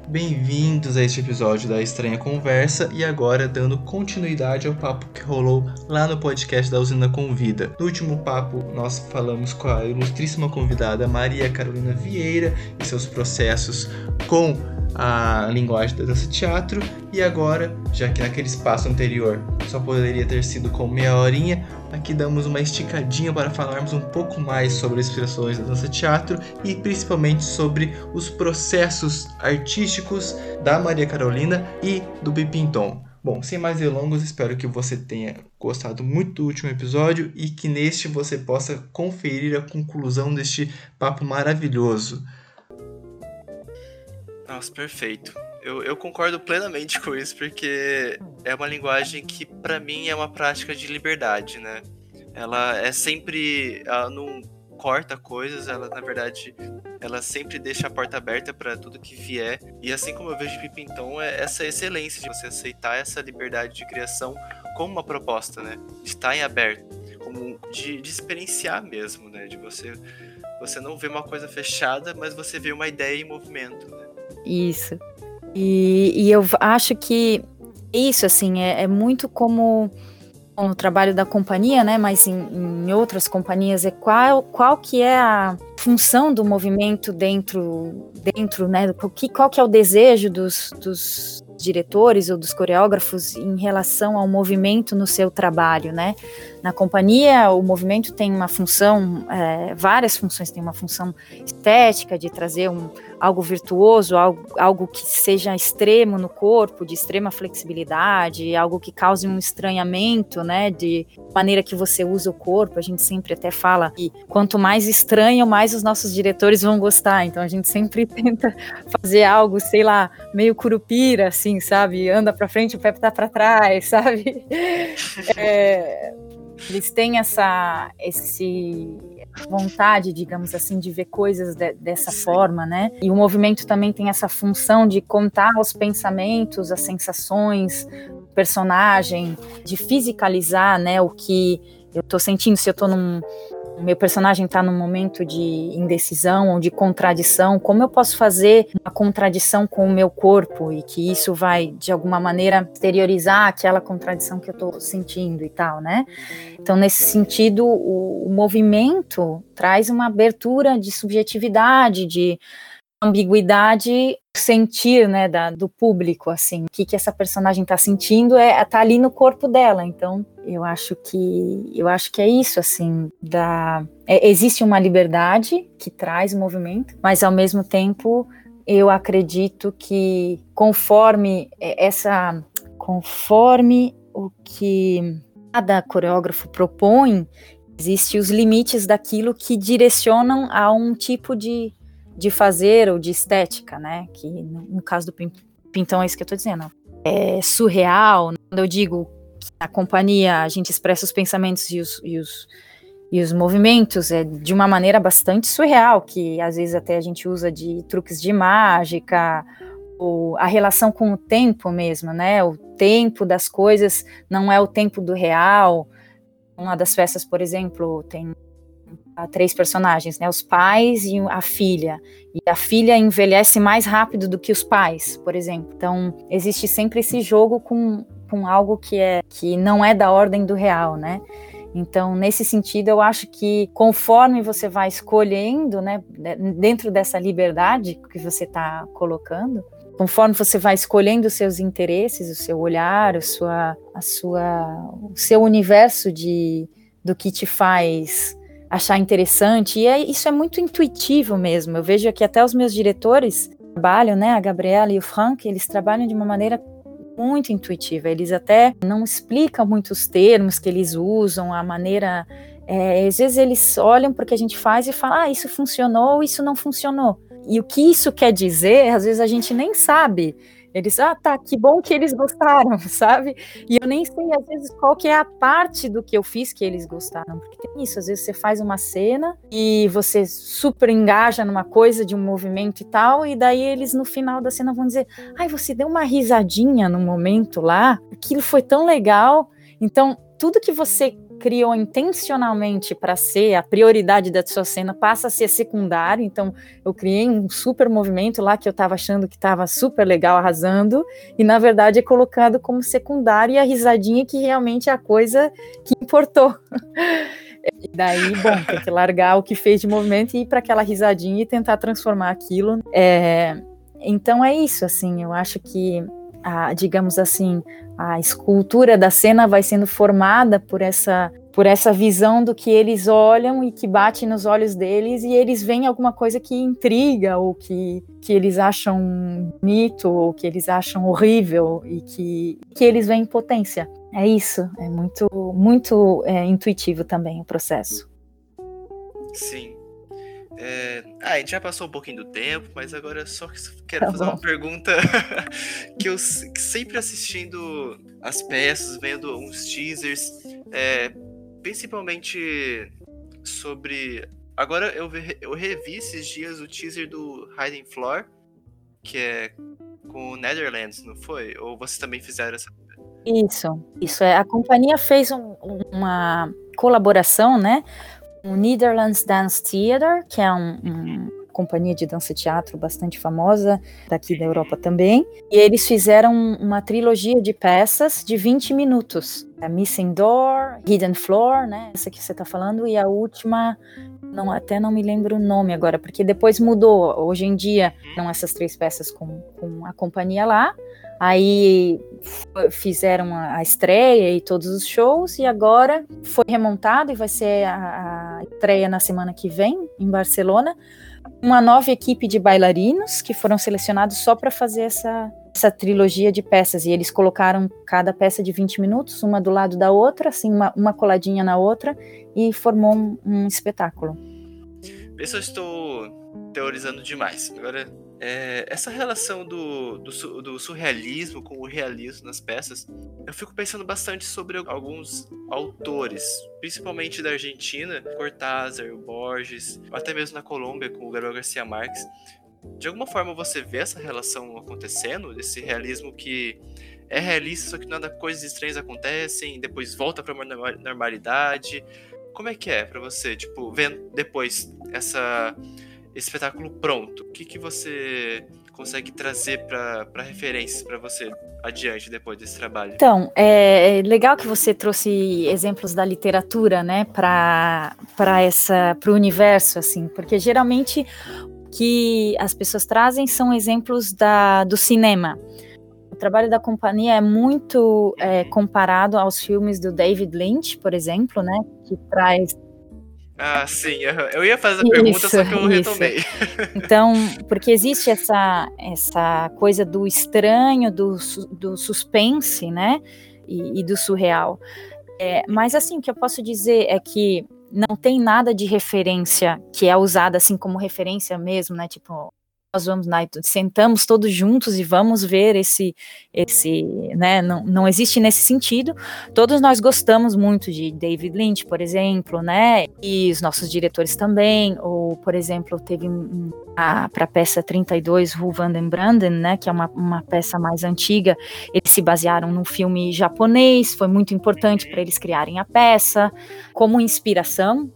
Bem-vindos a este episódio da Estranha Conversa e agora dando continuidade ao papo que rolou lá no podcast da Usina Convida. No último papo nós falamos com a ilustríssima convidada Maria Carolina Vieira e seus processos com a linguagem da dança-teatro e agora, já que naquele espaço anterior só poderia ter sido com meia horinha, aqui damos uma esticadinha para falarmos um pouco mais sobre as expressões da dança-teatro e principalmente sobre os processos artísticos da Maria Carolina e do Pipintom. Bom, sem mais delongas, espero que você tenha gostado muito do último episódio e que neste você possa conferir a conclusão deste papo maravilhoso. Nossa, perfeito. Eu concordo plenamente com isso, porque é uma linguagem que, pra mim, é uma prática de liberdade, né? Ela é sempre... Ela não corta coisas, ela, na verdade, ela sempre deixa a porta aberta pra tudo que vier. E assim como eu vejo Pipintom, é essa excelência de você aceitar essa liberdade de criação como uma proposta, né? De estar em aberto, como de experienciar mesmo, né? De você não ver uma coisa fechada, mas você vê uma ideia em movimento, né? Isso. E eu acho que isso, assim, é muito como no trabalho da companhia, né, mas em outras companhias, qual que é a função do movimento dentro né, qual que é o desejo dos diretores ou dos coreógrafos em relação ao movimento no seu trabalho, né? Na companhia, o movimento tem uma função, várias funções, tem uma função estética, de trazer algo virtuoso, algo que seja extremo no corpo, de extrema flexibilidade, algo que cause um estranhamento, né, de maneira que você usa o corpo. A gente sempre até fala que quanto mais estranho, mais os nossos diretores vão gostar, então a gente sempre tenta fazer algo, sei lá, meio curupira, assim, sabe, anda pra frente, o pé tá pra trás, sabe, eles têm essa vontade, digamos assim, de ver coisas dessa forma, né? E o movimento também tem essa função de contar os pensamentos, as sensações do personagem, de fisicalizar, né, o que eu tô sentindo, se eu tô meu personagem está num momento de indecisão ou de contradição, como eu posso fazer uma contradição com o meu corpo e que isso vai, de alguma maneira, exteriorizar aquela contradição que eu estou sentindo e tal, né? Então, nesse sentido, o movimento traz uma abertura de subjetividade, de ambiguidade, sentir, né, do público, assim, o que essa personagem está sentindo tá ali no corpo dela. Então, eu acho que é isso, assim, existe uma liberdade que traz o movimento, mas ao mesmo tempo eu acredito que conforme o que cada coreógrafo propõe, existem os limites daquilo que direcionam a um tipo de fazer ou de estética, né? Que no caso do Pintão é isso que eu tô dizendo. É surreal. Quando eu digo que na companhia a gente expressa os pensamentos e os movimentos de uma maneira bastante surreal, que às vezes até a gente usa de truques de mágica, ou a relação com o tempo mesmo, né? O tempo das coisas não é o tempo do real. Uma das festas, por exemplo, tem 3 personagens, né, os pais e a filha envelhece mais rápido do que os pais, por exemplo. Então, existe sempre esse jogo com algo que não é da ordem do real, né? Então, nesse sentido, eu acho que conforme você vai escolhendo, né, dentro dessa liberdade que você está colocando, conforme você vai escolhendo os seus interesses, o seu olhar, o seu universo do que te faz achar interessante, e isso é muito intuitivo mesmo. Eu vejo que até os meus diretores trabalham, né, a Gabriela e o Frank, eles trabalham de uma maneira muito intuitiva, eles até não explicam muitos termos que eles usam, a maneira, às vezes eles olham para o que a gente faz e falam, isso funcionou, isso não funcionou, e o que isso quer dizer, às vezes a gente nem sabe. Eles, tá, que bom que eles gostaram, sabe? E eu nem sei, às vezes, qual que é a parte do que eu fiz que eles gostaram, porque tem isso, às vezes você faz uma cena e você super engaja numa coisa, de um movimento e tal, e daí eles, no final da cena, vão dizer, você deu uma risadinha no momento lá, aquilo foi tão legal. Então, tudo que você criou intencionalmente para ser a prioridade da sua cena, passa a ser secundário. Então, eu criei um super movimento lá que eu estava achando que estava super legal, arrasando, e na verdade é colocado como secundário, e a risadinha que realmente é a coisa que importou. E daí, bom, tem que largar o que fez de movimento e ir para aquela risadinha e tentar transformar aquilo. Então é isso, assim, eu acho que, digamos assim, a escultura da cena vai sendo formada por essa visão do que eles olham e que bate nos olhos deles, e eles veem alguma coisa que intriga, ou que eles acham bonito, ou que eles acham horrível, e que eles veem potência. É isso, é muito, muito intuitivo também o processo. Sim. A gente já passou um pouquinho do tempo, mas agora eu só quero fazer uma pergunta que sempre assistindo as peças, vendo uns teasers, principalmente sobre... Agora eu revi esses dias o teaser do Hidden Floor, que é com o Netherlands, não foi? Ou vocês também fizeram essa... Isso. A companhia fez uma colaboração, né? O Netherlands Dance Theater, que é uma companhia de dança e teatro bastante famosa, daqui da Europa também, e eles fizeram uma trilogia de peças de 20 minutos. A Missing Door, Hidden Floor, né, essa que você está falando, e a última, até não me lembro o nome agora, porque depois mudou. Hoje em dia, eram essas 3 peças com a companhia lá, aí fizeram a estreia e todos os shows, e agora foi remontado e vai ser a estreia na semana que vem, em Barcelona, uma nova equipe de bailarinos que foram selecionados só para fazer essa trilogia de peças, e eles colocaram cada peça de 20 minutos, uma do lado da outra, assim, uma coladinha na outra, e formou um espetáculo. Vê se eu estou teorizando demais. Agora, essa relação do surrealismo com o realismo nas peças, eu fico pensando bastante sobre alguns autores, principalmente da Argentina, Cortázar, Borges, ou até mesmo na Colômbia com o Gabriel Garcia Marques. De alguma forma você vê essa relação acontecendo, desse realismo que é realista, só que nada, coisas estranhas acontecem, depois volta para uma normalidade. Como é que é para você, tipo, vendo depois esse espetáculo pronto? O que você consegue trazer para referências para você adiante depois desse trabalho? Então, é legal que você trouxe exemplos da literatura, né, para o universo, assim, porque geralmente o que as pessoas trazem são exemplos do cinema. O trabalho da companhia é muito comparado aos filmes do David Lynch, por exemplo, né, que traz... Ah, sim, eu ia fazer a pergunta, só que eu retomei. Então, porque existe essa coisa do estranho, do suspense, né, e do surreal. Mas, assim, o que eu posso dizer é que não tem nada de referência que é usada, assim, como referência mesmo, né, tipo... Nós vamos lá, sentamos todos juntos e vamos ver esse né, não existe nesse sentido. Todos nós gostamos muito de David Lynch, por exemplo, né, e os nossos diretores também, ou, por exemplo, teve para a peça 32, Roel van den Branden, né, que é uma peça mais antiga, eles se basearam num filme japonês, foi muito importante para eles criarem a peça, como inspiração,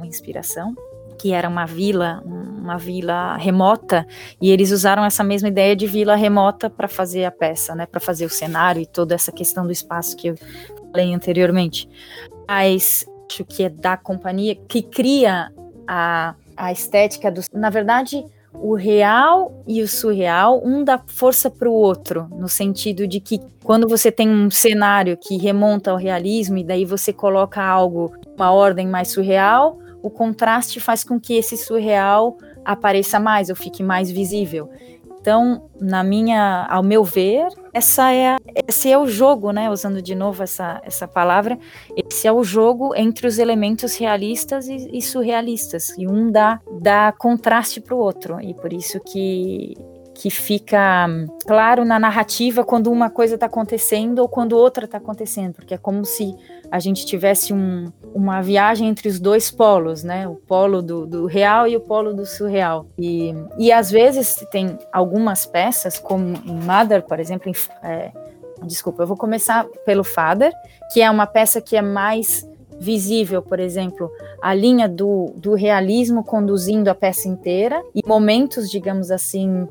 que era uma vila remota, e eles usaram essa mesma ideia de vila remota para fazer a peça, né, para fazer o cenário e toda essa questão do espaço que eu falei anteriormente. Mas acho que é da companhia que cria a estética na verdade, o real e o surreal, um dá força para o outro, no sentido de que quando você tem um cenário que remonta ao realismo e daí você coloca algo, uma ordem mais surreal, o contraste faz com que esse surreal apareça mais, ou fique mais visível. Então, ao meu ver, esse é o jogo, né? Usando de novo essa palavra, esse é o jogo entre os elementos realistas e surrealistas, e um dá contraste para o outro, e por isso que fica claro na narrativa quando uma coisa está acontecendo ou quando outra está acontecendo, porque é como se a gente tivesse uma viagem entre os dois polos, né? O polo do real e o polo do surreal. E às vezes tem algumas peças, como em Mother, por exemplo, desculpa, eu vou começar pelo Father, que é uma peça que é mais visível, por exemplo, a linha do realismo conduzindo a peça inteira e momentos, digamos assim,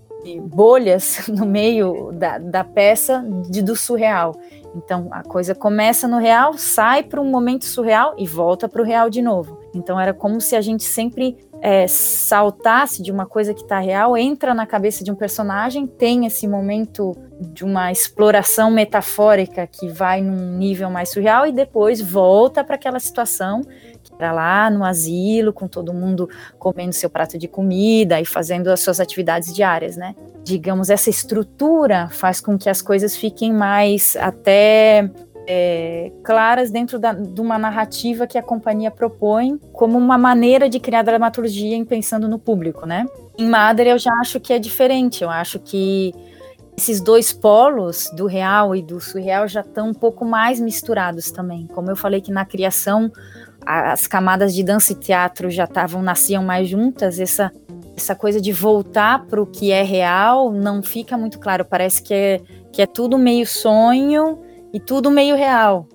bolhas no meio da peça do surreal. Então a coisa começa no real, sai para um momento surreal e volta para o real de novo. Então era como se a gente sempre saltasse de uma coisa que está real, entra na cabeça de um personagem, tem esse momento de uma exploração metafórica que vai num nível mais surreal e depois volta para aquela situação que era lá no asilo, com todo mundo comendo seu prato de comida e fazendo as suas atividades diárias, né? Digamos, essa estrutura faz com que as coisas fiquem mais até claras dentro de uma narrativa que a companhia propõe como uma maneira de criar dramaturgia em pensando no público, né? Em Mother eu já acho que é diferente, eu acho que esses dois polos, do real e do surreal, já estão um pouco mais misturados também. Como eu falei que na criação as camadas de dança e teatro já nasciam mais juntas, essa coisa de voltar para o que é real não fica muito claro, parece que é tudo meio sonho e tudo meio real.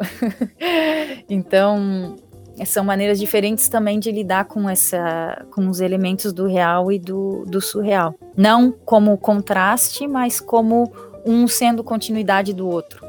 Então, são maneiras diferentes também de lidar com os elementos do real e do surreal. Não como contraste, mas como um sendo continuidade do outro.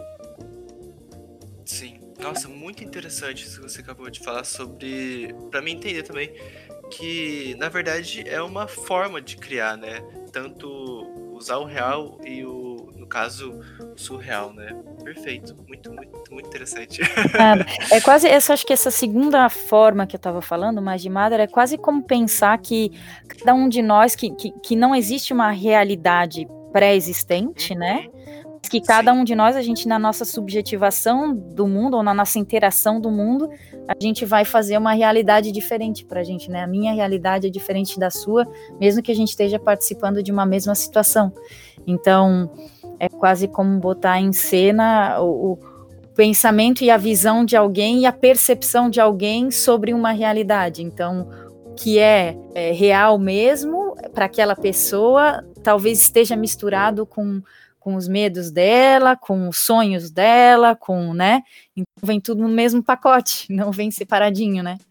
Sim. Nossa, muito interessante isso que você acabou de falar sobre... Pra mim entender também que, na verdade, é uma forma de criar, né? Tanto usar o real e no caso, o surreal, né? Perfeito. Muito, muito, muito interessante. É quase, acho que essa segunda forma que eu estava falando, mais de Mother, é quase como pensar que cada um de nós, que não existe uma realidade pré-existente, né? Que cada um de nós, a gente na nossa subjetivação do mundo, ou na nossa interação do mundo, a gente vai fazer uma realidade diferente pra gente, né? A minha realidade é diferente da sua, mesmo que a gente esteja participando de uma mesma situação. Então, é quase como botar em cena o pensamento e a visão de alguém e a percepção de alguém sobre uma realidade. Então, o que é real mesmo para aquela pessoa, talvez esteja misturado com os medos dela, com os sonhos dela, né? Então vem tudo no mesmo pacote, não vem separadinho, né?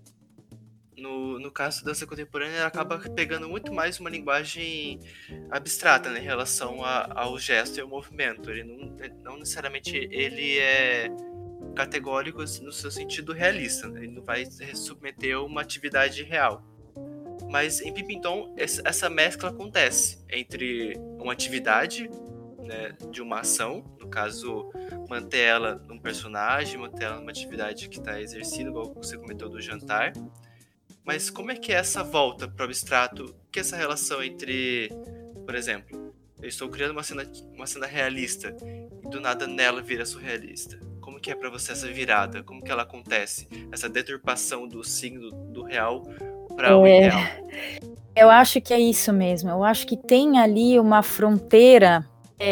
No caso da dança contemporânea, ela acaba pegando muito mais uma linguagem abstrata, né, em relação ao gesto e ao movimento. Ele não necessariamente ele é categórico no seu sentido realista, né? Ele não vai submeter a uma atividade real. Mas em Pimpintom, essa mescla acontece entre uma atividade, né, de uma ação, no caso, manter ela num personagem, manter ela numa atividade que está exercida, igual você comentou do jantar. Mas como é que é essa volta para o abstrato? Que é essa relação entre, por exemplo, eu estou criando uma cena realista e do nada nela vira surrealista. Como que é para você essa virada? Como que ela acontece? Essa deturpação do signo do real para o irreal? Eu acho que é isso mesmo. Eu acho que tem ali uma fronteira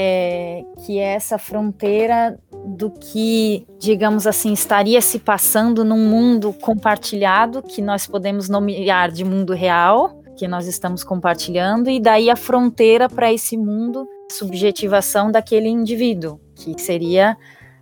que é essa fronteira do que, digamos assim, estaria se passando num mundo compartilhado, que nós podemos nomear de mundo real, que nós estamos compartilhando, e daí a fronteira para esse mundo, subjetivação daquele indivíduo, que seria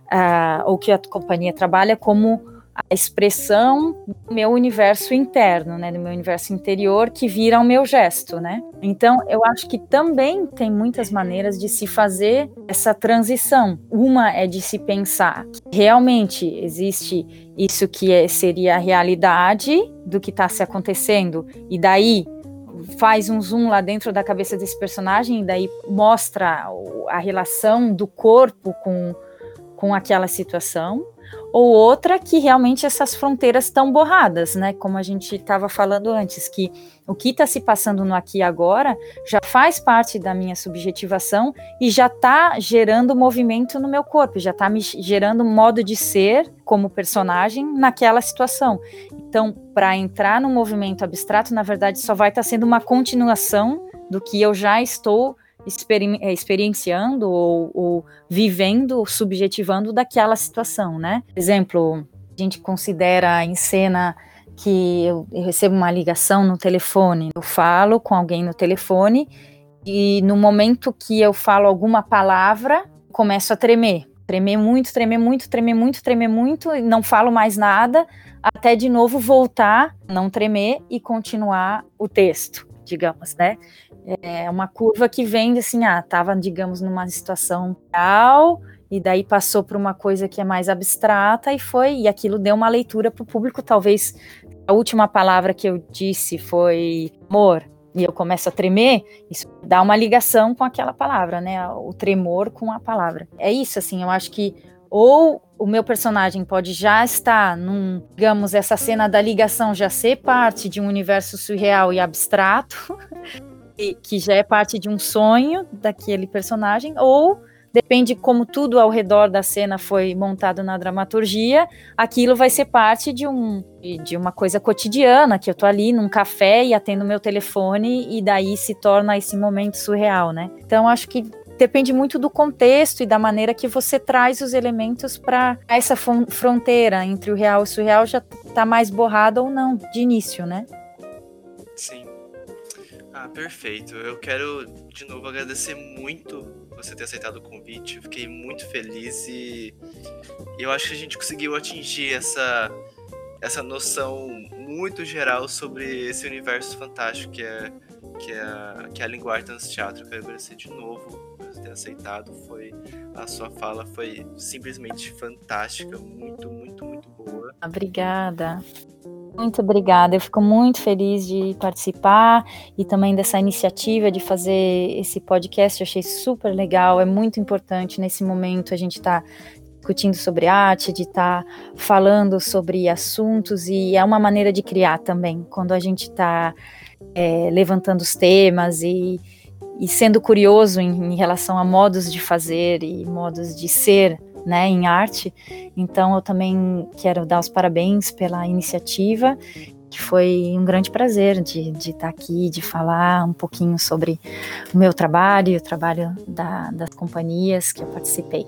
o que a companhia trabalha como a expressão do meu universo interno, né, do meu universo interior, que vira o meu gesto, né? Então, eu acho que também tem muitas maneiras de se fazer essa transição. Uma é de se pensar que realmente existe isso que seria a realidade do que está se acontecendo, e daí faz um zoom lá dentro da cabeça desse personagem, e daí mostra a relação do corpo com aquela situação. Ou outra que realmente essas fronteiras estão borradas, né? Como a gente estava falando antes, que o que está se passando no aqui e agora já faz parte da minha subjetivação e já está gerando movimento no meu corpo, já está me gerando um modo de ser como personagem naquela situação. Então, para entrar no movimento abstrato, na verdade, só vai estar sendo uma continuação do que eu já estou experienciando ou vivendo, subjetivando daquela situação, né? Por exemplo, a gente considera em cena que eu recebo uma ligação no telefone, eu falo com alguém no telefone e no momento que eu falo alguma palavra, começo a tremer. tremer muito, tremer muito, tremer muito, tremer muito, e não falo mais nada, até de novo voltar, não tremer e continuar o texto, digamos, né? É uma curva que vem assim, estava, digamos, numa situação real, e daí passou para uma coisa que é mais abstrata, e aquilo deu uma leitura para o público. Talvez a última palavra que eu disse foi amor, e eu começo a tremer, isso dá uma ligação com aquela palavra, né? O tremor com a palavra. É isso, assim, eu acho que ou o meu personagem pode já estar digamos, essa cena da ligação já ser parte de um universo surreal e abstrato, que já é parte de um sonho daquele personagem, ou depende como tudo ao redor da cena foi montado na dramaturgia, aquilo vai ser parte de uma coisa cotidiana, que eu tô ali num café e atendo meu telefone, e daí se torna esse momento surreal, né? Então acho que depende muito do contexto e da maneira que você traz os elementos para essa fronteira entre o real e o surreal já tá mais borrada ou não, de início, né? Sim. Perfeito. Eu quero de novo agradecer muito você ter aceitado o convite. Eu fiquei muito feliz e eu acho que a gente conseguiu atingir essa noção muito geral sobre esse universo fantástico que é a língua arte dança teatro. Eu quero agradecer de novo por você ter aceitado. A sua fala foi simplesmente fantástica, muito, muito, muito boa. Obrigada. Muito obrigada, eu fico muito feliz de participar e também dessa iniciativa de fazer esse podcast. Eu achei super legal, é muito importante nesse momento a gente estar discutindo sobre arte, de estar falando sobre assuntos, e é uma maneira de criar também, quando a gente está levantando os temas e sendo curioso em relação a modos de fazer e modos de ser, né, em arte. Então eu também quero dar os parabéns pela iniciativa, que foi um grande prazer de estar aqui, de falar um pouquinho sobre o meu trabalho e o trabalho das companhias que eu participei.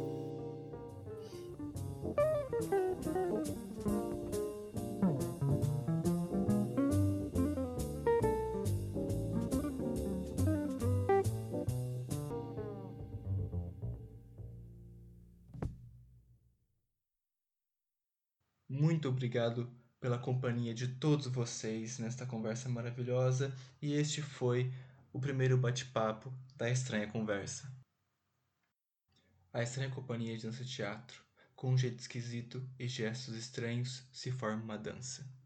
Muito obrigado pela companhia de todos vocês nesta conversa maravilhosa, e este foi o primeiro bate-papo da Estranha Conversa. A Estranha Companhia de Dança Teatro, com um jeito esquisito e gestos estranhos, se forma uma dança.